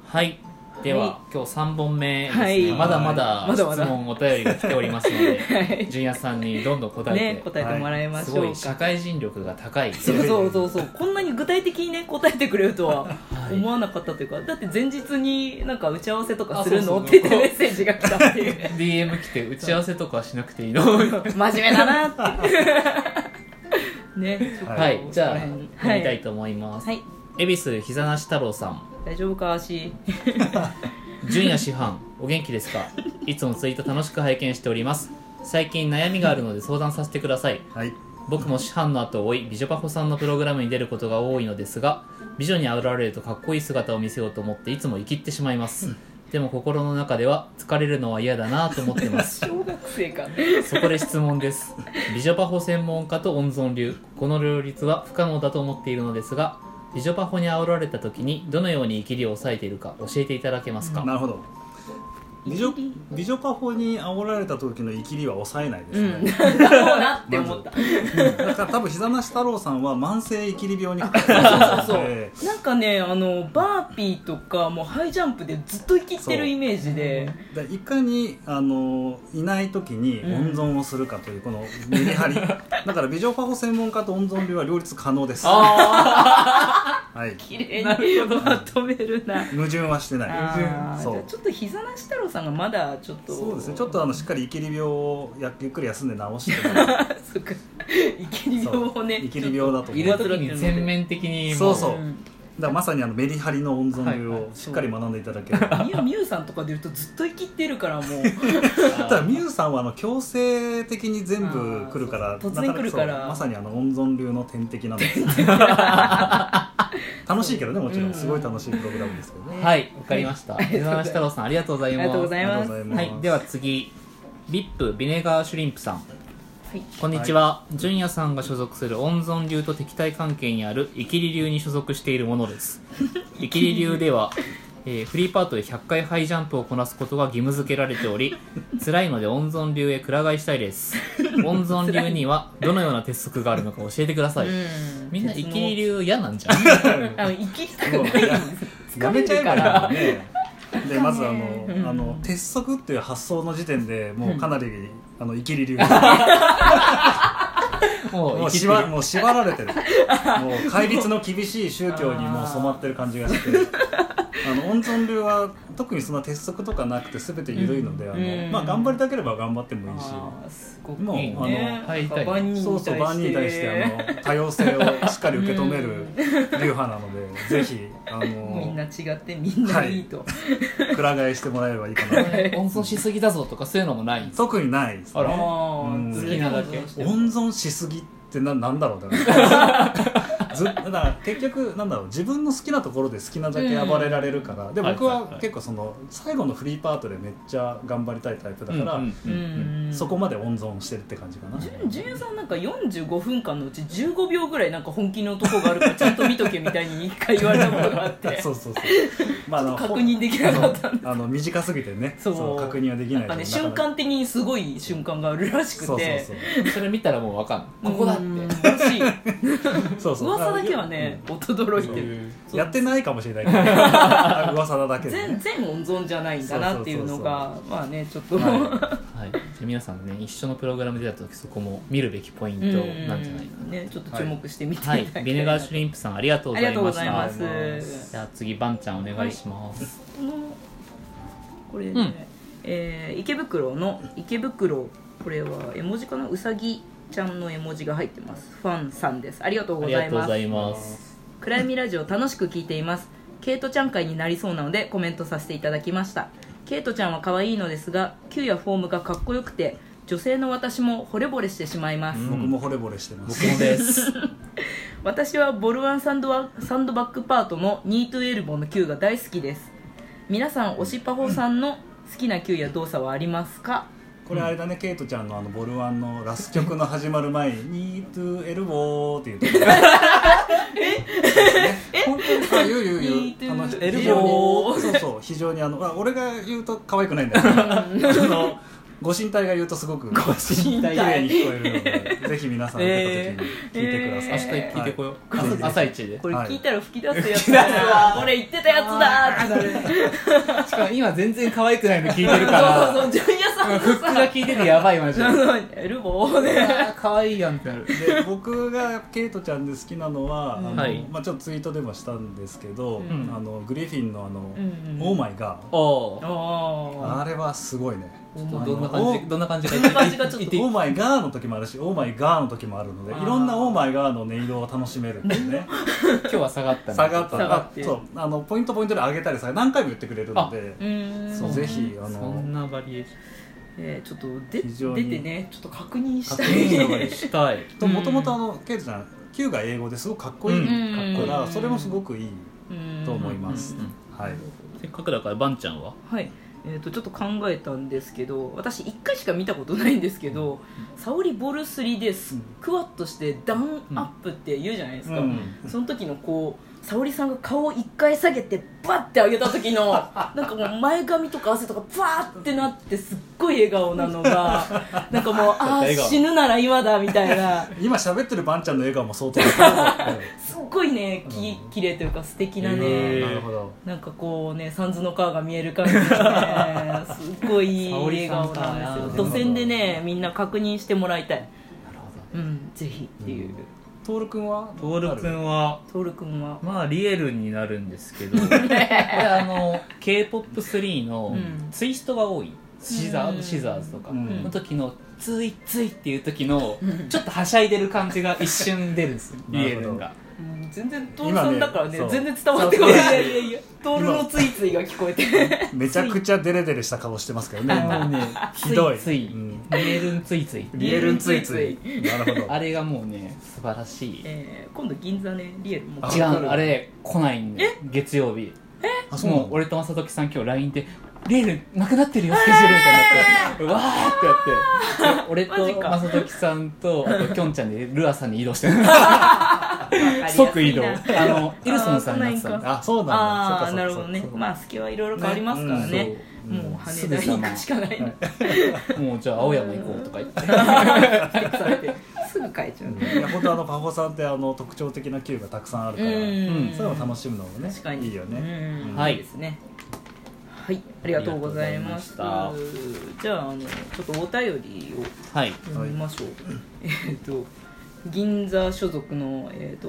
はい、では、今日3本目ですね、 はい、 まだまだ質問お便りが来ておりますので、はい、純也さんにどんどん答えてもらいましょうか。 すごい社会人力が高い。 そうこんなに具体的にね答えてくれるとは思わなかったというか、だって前日になんか打ち合わせとかするのって言ってメッセージが来たっていう DM 来て打ち合わせとかしなくていいの真面目だなってね、 はい、じゃあ読みたいと思います。はい、恵比寿膝なし太郎さん、 大丈夫か足純也師範、お元気ですか？いつもツイート楽しく拝見しております。最近悩みがあるので相談させてください。はい、僕も師範の後を追い美女パフォさんのプログラムに出ることが多いのですが、美女に煽られるとかっこいい姿を見せようと思っていつも生きってしまいます。でも心の中では疲れるのは嫌だなと思ってます小学生か。 そこで質問です。美女パフォ専門家と温存流、この両立は不可能だと思っているのですが、美女パフォに煽られた時にどのように生きりを抑えているか教えていただけますか？ なるほど。美女パフォに煽られた時の生きりは抑えないですね、 だろうなって思った、 だから多分膝なし太郎さんは慢性生きり病にかかってそうなんかね、バーピーとかもうハイジャンプでずっと生きってるイメージで、 いかにいない時に温存をするかというこのメリハリ、だから美女パフォ専門家と温存流は両立可能です。はい、 綺麗にまとめるな。 矛盾はしてない。 そう、ちょっと膝なし太郎さんがまだちょっと、 そうですね、ちょっとしっかり生きり病をゆっくり休んで治してそっか、生きり病をね、 生きり病だと思う。 いる時に全面的にそうそう、だからまさにメリハリの温存流をしっかり学んでいただければ。 ミュウさんとかでいうとずっと生きってるからもうただミュウさんは強制的に全部来るから、 突然来るからまさに温存流の天敵なんです楽しいけどね、もちろんすごい楽しいプログラムですけどね。 はい、わかりました。膝なし太郎さんありがとうございます。はい、では次、ビップビネガーシュリンプさん、こんにちは。純也さんが所属する温存流と敵対関係にあるイキリ流に所属しているものです。イキリ流では、フリーパートで100回ハイジャンプをこなすことが義務付けられており、辛いので温存流へくら替えしたいです。温存流にはどのような鉄則があるのか教えてください。みんなイキリ流嫌なんじゃん。 イキりたくない。 やめちゃえばいいからね。でまず鉄則っていう発想の時点でもうかなりイキリ流もう縛られてる、もう戒律の厳しい宗教にもう染まってる感じがして、温存流は特にそんな鉄則とかなくて全て緩いので、まあ頑張りたければ頑張ってもいいし、もう万人に対して多様性をしっかり受け止める流派なので、ぜひみんな違ってみんないいと、 くら替えしてもらえればいいかな。 温存しすぎだぞとかそういうのもないんですか？ 特にないですね。 好きなだけ。 温存しすぎってなんだろうだから結局自分の好きなところで好きなだけ暴れられるから、で僕は結構最後のフリーパートでめっちゃ頑張りたいタイプだから、そこまで温存してるって感じかな。 純也さんなんか45分間のうち15秒ぐらいなんか本気のとこがあるからちゃんと見とけみたいに一回言われたことがあってそうそうそう、 まあ、確認できなかったんです。 短すぎてね、そう確認はできない。 なんかね、瞬間的にすごい瞬間があるらしくて、 それ見たらもう分かんない、ここだってらしいそうそう、 噂だけはね驚いてる。 やってないかもしれないけど噂だけで、ね、 全温存じゃないんだなっていうのがまあねちょっと、 はいはい、皆さんね一緒のプログラムで出た時そこも見るべきポイントなんじゃないかな、 ね、ちょっと注目してみていただきたい、 ビネガーシュリンプさんありがとうございました。 ありがとうございます。 じゃあ次バンちゃんお願いします。 これね、池袋、これは絵文字かな、うさぎちゃんの絵文字が入ってます。ファンさんです。ありがとうございます。暗闇ラジオ楽しく聞いています。ケイトちゃん会になりそうなのでコメントさせていただきました。ケイトちゃんは可愛いのですが、キューやフォームがかっこよくて女性の私も惚れ惚れしてしまいます。 僕も惚れ惚れしてます。 僕もです私はボルワンサンドバックパートのニートゥエルボーのキューが大好きです。皆さん推しパフォさんの好きなキューや動作はありますか？ これあれだね、ケイトちゃんのボルワンのラス曲の始まる前にニートゥエルボーって言うと本当に言うエルボー、そう非常に俺が言うと可愛くないんだけどご神体が言うとすごくご神体綺麗に聞こえるのでぜひ皆さん出た時に聞いてください、 明日聞いてこよう、朝一でこれ聞いたら吹き出すやつだな、これ言ってたやつだってなるしかも今全然可愛くないの聞いてるからそうジュニアさんフックが聞いててやばいマジでエルボーね可愛いやんってなる。 で僕がケイトちゃんで好きなのはちょっとツイートでもしたんですけど、グリフィンのオーマイガー、あれはすごいね。 どんな感じかちょっとオーマイガーの時もあるしオーマイガーの時もあるので、いろんなオーマイガーの音色を楽しめるんですね。 今日は下がったね。 下がってそうポイントで上げたりさ何回も言ってくれるので、そうぜひそんなバリエーションちょっと出てねちょっと確認したいもともとケイトちゃん Q が英語ですごくかっこいいからそれもすごくいいと思います。 せっかくだからバンちゃんはちょっと考えたんですけど、私1回しか見たことないんですけど、沙織ボル3でスクワットしてダウンアップって言うじゃないですか、その時のこう沙織さんが顔を1回下げてバッて上げた時のなんかもう前髪とか汗とかバーってなってすっごい笑顔なのがなんかもう死ぬなら今だみたいな今喋ってるバンちゃんの笑顔も相当すっごいね綺麗というか素敵なね、なんかこうねサンズの川が見える感じでねすっごいいい笑顔なんですよ。土線でねみんな確認してもらいたい。なるほど、ぜひっていう。 トールくんはまあリエルになるんですけどK-POP3 のツイストが多い、シザーズとかの時のツイツイっていう時のちょっとはしゃいでる感じが一瞬出るんですよリエルが。 全然トールさんだからね全然伝わってこない。いやトールのツイツイが聞こえてめちゃくちゃデレデレした顔してますけどねひどいリエルンツイツイなるほどあれがもうね素晴らしい。 今度銀座ねリエルも違うあれ来ないんで月曜日もう俺と正時さん今日 LINE でリエルなくなってるよスケジュールみたいになってわーってやって俺と正時さんとあときょんちゃんでルアさんに移動してる即移動イルソンさんになってた。 そうなんだ。 なるほどね。まあ隙はいろいろ変わりますからね。もう羽田に行くしかないもうじゃあ青山行こうとか言ってすぐ帰っちゃう。 いや本当パフォさんって特徴的な Q がたくさんあるからそういうのを楽しむのもねいいよね。 はいですね。はい、ありがとうございました。じゃあちょっとお便りを読みましょう。銀座所属の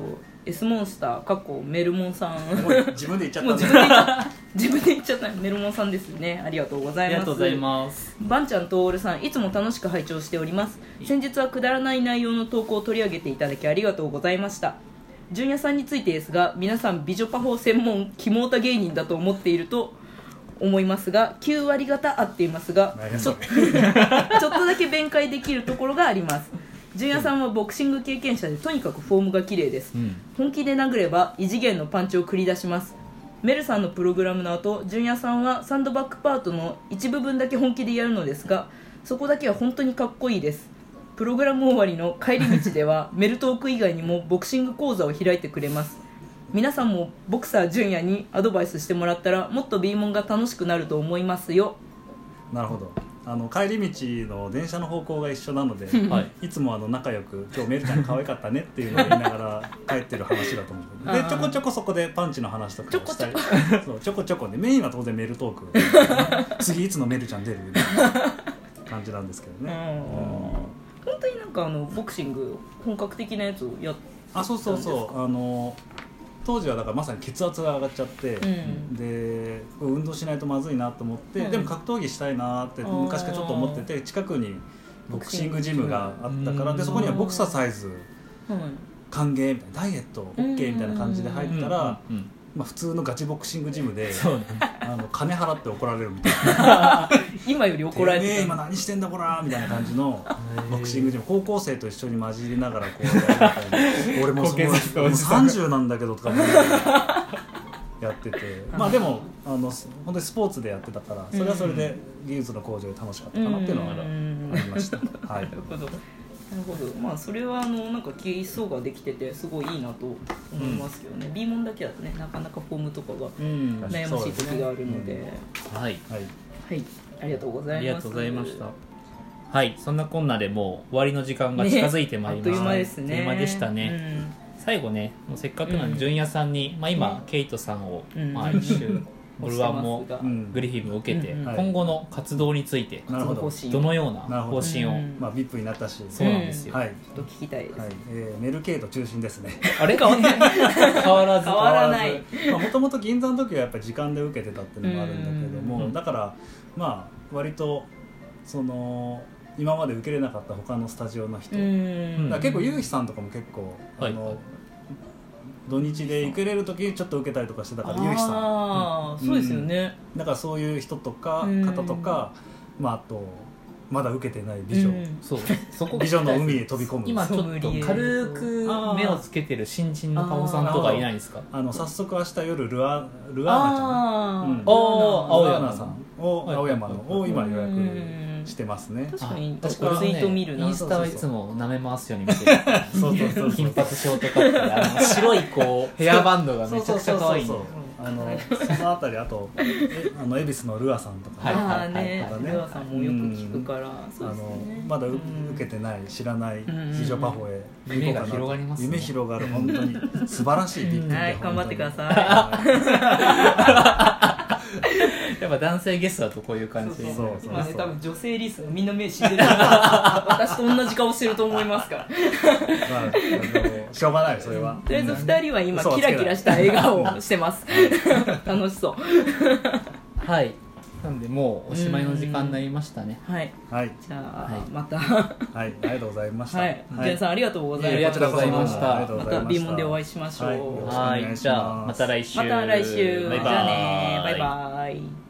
S モンスター過去メルモンさん自分で言っちゃった自分で言っちゃったメルモンさんですね。ありがとうございます。 ありがとうございます。 バンちゃんとオールさんいつも楽しく拝聴しております。先日はくだらない内容の投稿を取り上げていただきありがとうございました。純也さんについてですが、皆さん美女パフォ専門キモータ芸人だと思っていると思いますが9割方合っていますがちょっとだけ弁解できるところがあります。純也さんはボクシング経験者でとにかくフォームが綺麗です、本気で殴れば異次元のパンチを繰り出します。メルさんのプログラムの後純也さんはサンドバックパートの一部分だけ本気でやるのですがそこだけは本当にかっこいいです。プログラム終わりの帰り道ではメルトーク以外にもボクシング講座を開いてくれます。皆さんもボクサー純也にアドバイスしてもらったらもっと B モンが楽しくなると思いますよ。 なるほど。帰り道の電車の方向が一緒なので、いつも仲良く今日メルちゃん可愛かったねっていうのを言いながら帰ってる話だと思うでちょこちょこそこでパンチの話とかをしたりちょこちょこねメインは当然メルトーク次いつのメルちゃん出るみたいな感じなんですけどね。 本当にボクシング本格的なやつをやってたんですか？ そう当時はだからまさに血圧が上がっちゃって、で運動しないとまずいなと思って、でも格闘技したいなって昔からちょっと思ってて近くにボクシングジムがあったからでそこにはボクササイズ歓迎みたいなダイエット OK みたいな感じで入ったら普通のガチボクシングジムで金払って怒られるみたいな今より怒られてる今何してんだこらみたいな感じのボクシングジム高校生と一緒に混じりながらこう俺も30なんだけどとか思いながらやっててでも本当にスポーツでやってたからそれはそれで技術の向上で楽しかったかなっていうのはありました。なるほどなるほど。それは基礎ができててすごいいいなと思いますけどね。B モンだけだとねなかなかフォームとかが悩ましい時があるので、はい、ありがとうございます。 ありがとうございました。 はい、そんなこんなでもう終わりの時間が近づいてまいりました、 あっという間ですね。 あっという間でしたね、最後ね、もうせっかくなんで純也さんに、今ケイトさんを、一周ブルワンもグリフィンも受けて、今後の活動についてどのような方針を、 VIP になったし、 そうなんですよ、 と聞きたいです、 メルケード中心ですね。 あれ変わらない。 もともと銀座の時はやっぱり時間で受けてたっていうのもあるんだけども、だから割とその今まで受けれなかった他のスタジオの人、だから結構ゆうひさんとかも結構土日で受けれる時にちょっと受けたりとかしてたからゆうひさん、 そうですよね。 だからそういう人とか方とか、あとまだ受けてない美女、美女の海へ飛び込む。 今ちょっと軽く目をつけてる新人のカモさんとかいないですか？ 早速明日夜ルアーナちゃん、 青山さん青山のを今予約してますね。 確かにツイート見るな。 インスタはいつも舐め回すように見てる。金髪ショートカットで白いこうヘアバンドがめちゃくちゃ可愛い。 そのあたり、あと恵比寿のルアさんとかね、ルアさんもよく聞くから、 まだ受けてない知らない美女パフォへ夢が広がりますね。 夢広がる本当に素晴らしいビッグで頑張ってください。やっぱ男性ゲストだとこういう感じ。 多分女性リスナーみんな目死んでる。私と同じ顔してると思いますから。 しょうがないそれは。 とりあえず2人は今キラキラした笑顔をしてます。楽しそう。 はい。なんでもうおしまいの時間になりましたね。 はい。じゃあまた。 はい、ありがとうございました。 ジェンさんありがとうございました。 ありがとうございました。 また B モンでお会いしましょう。 はい。じゃあまた来週。 また来週。 バイバイ。 じゃあね。バイバイ。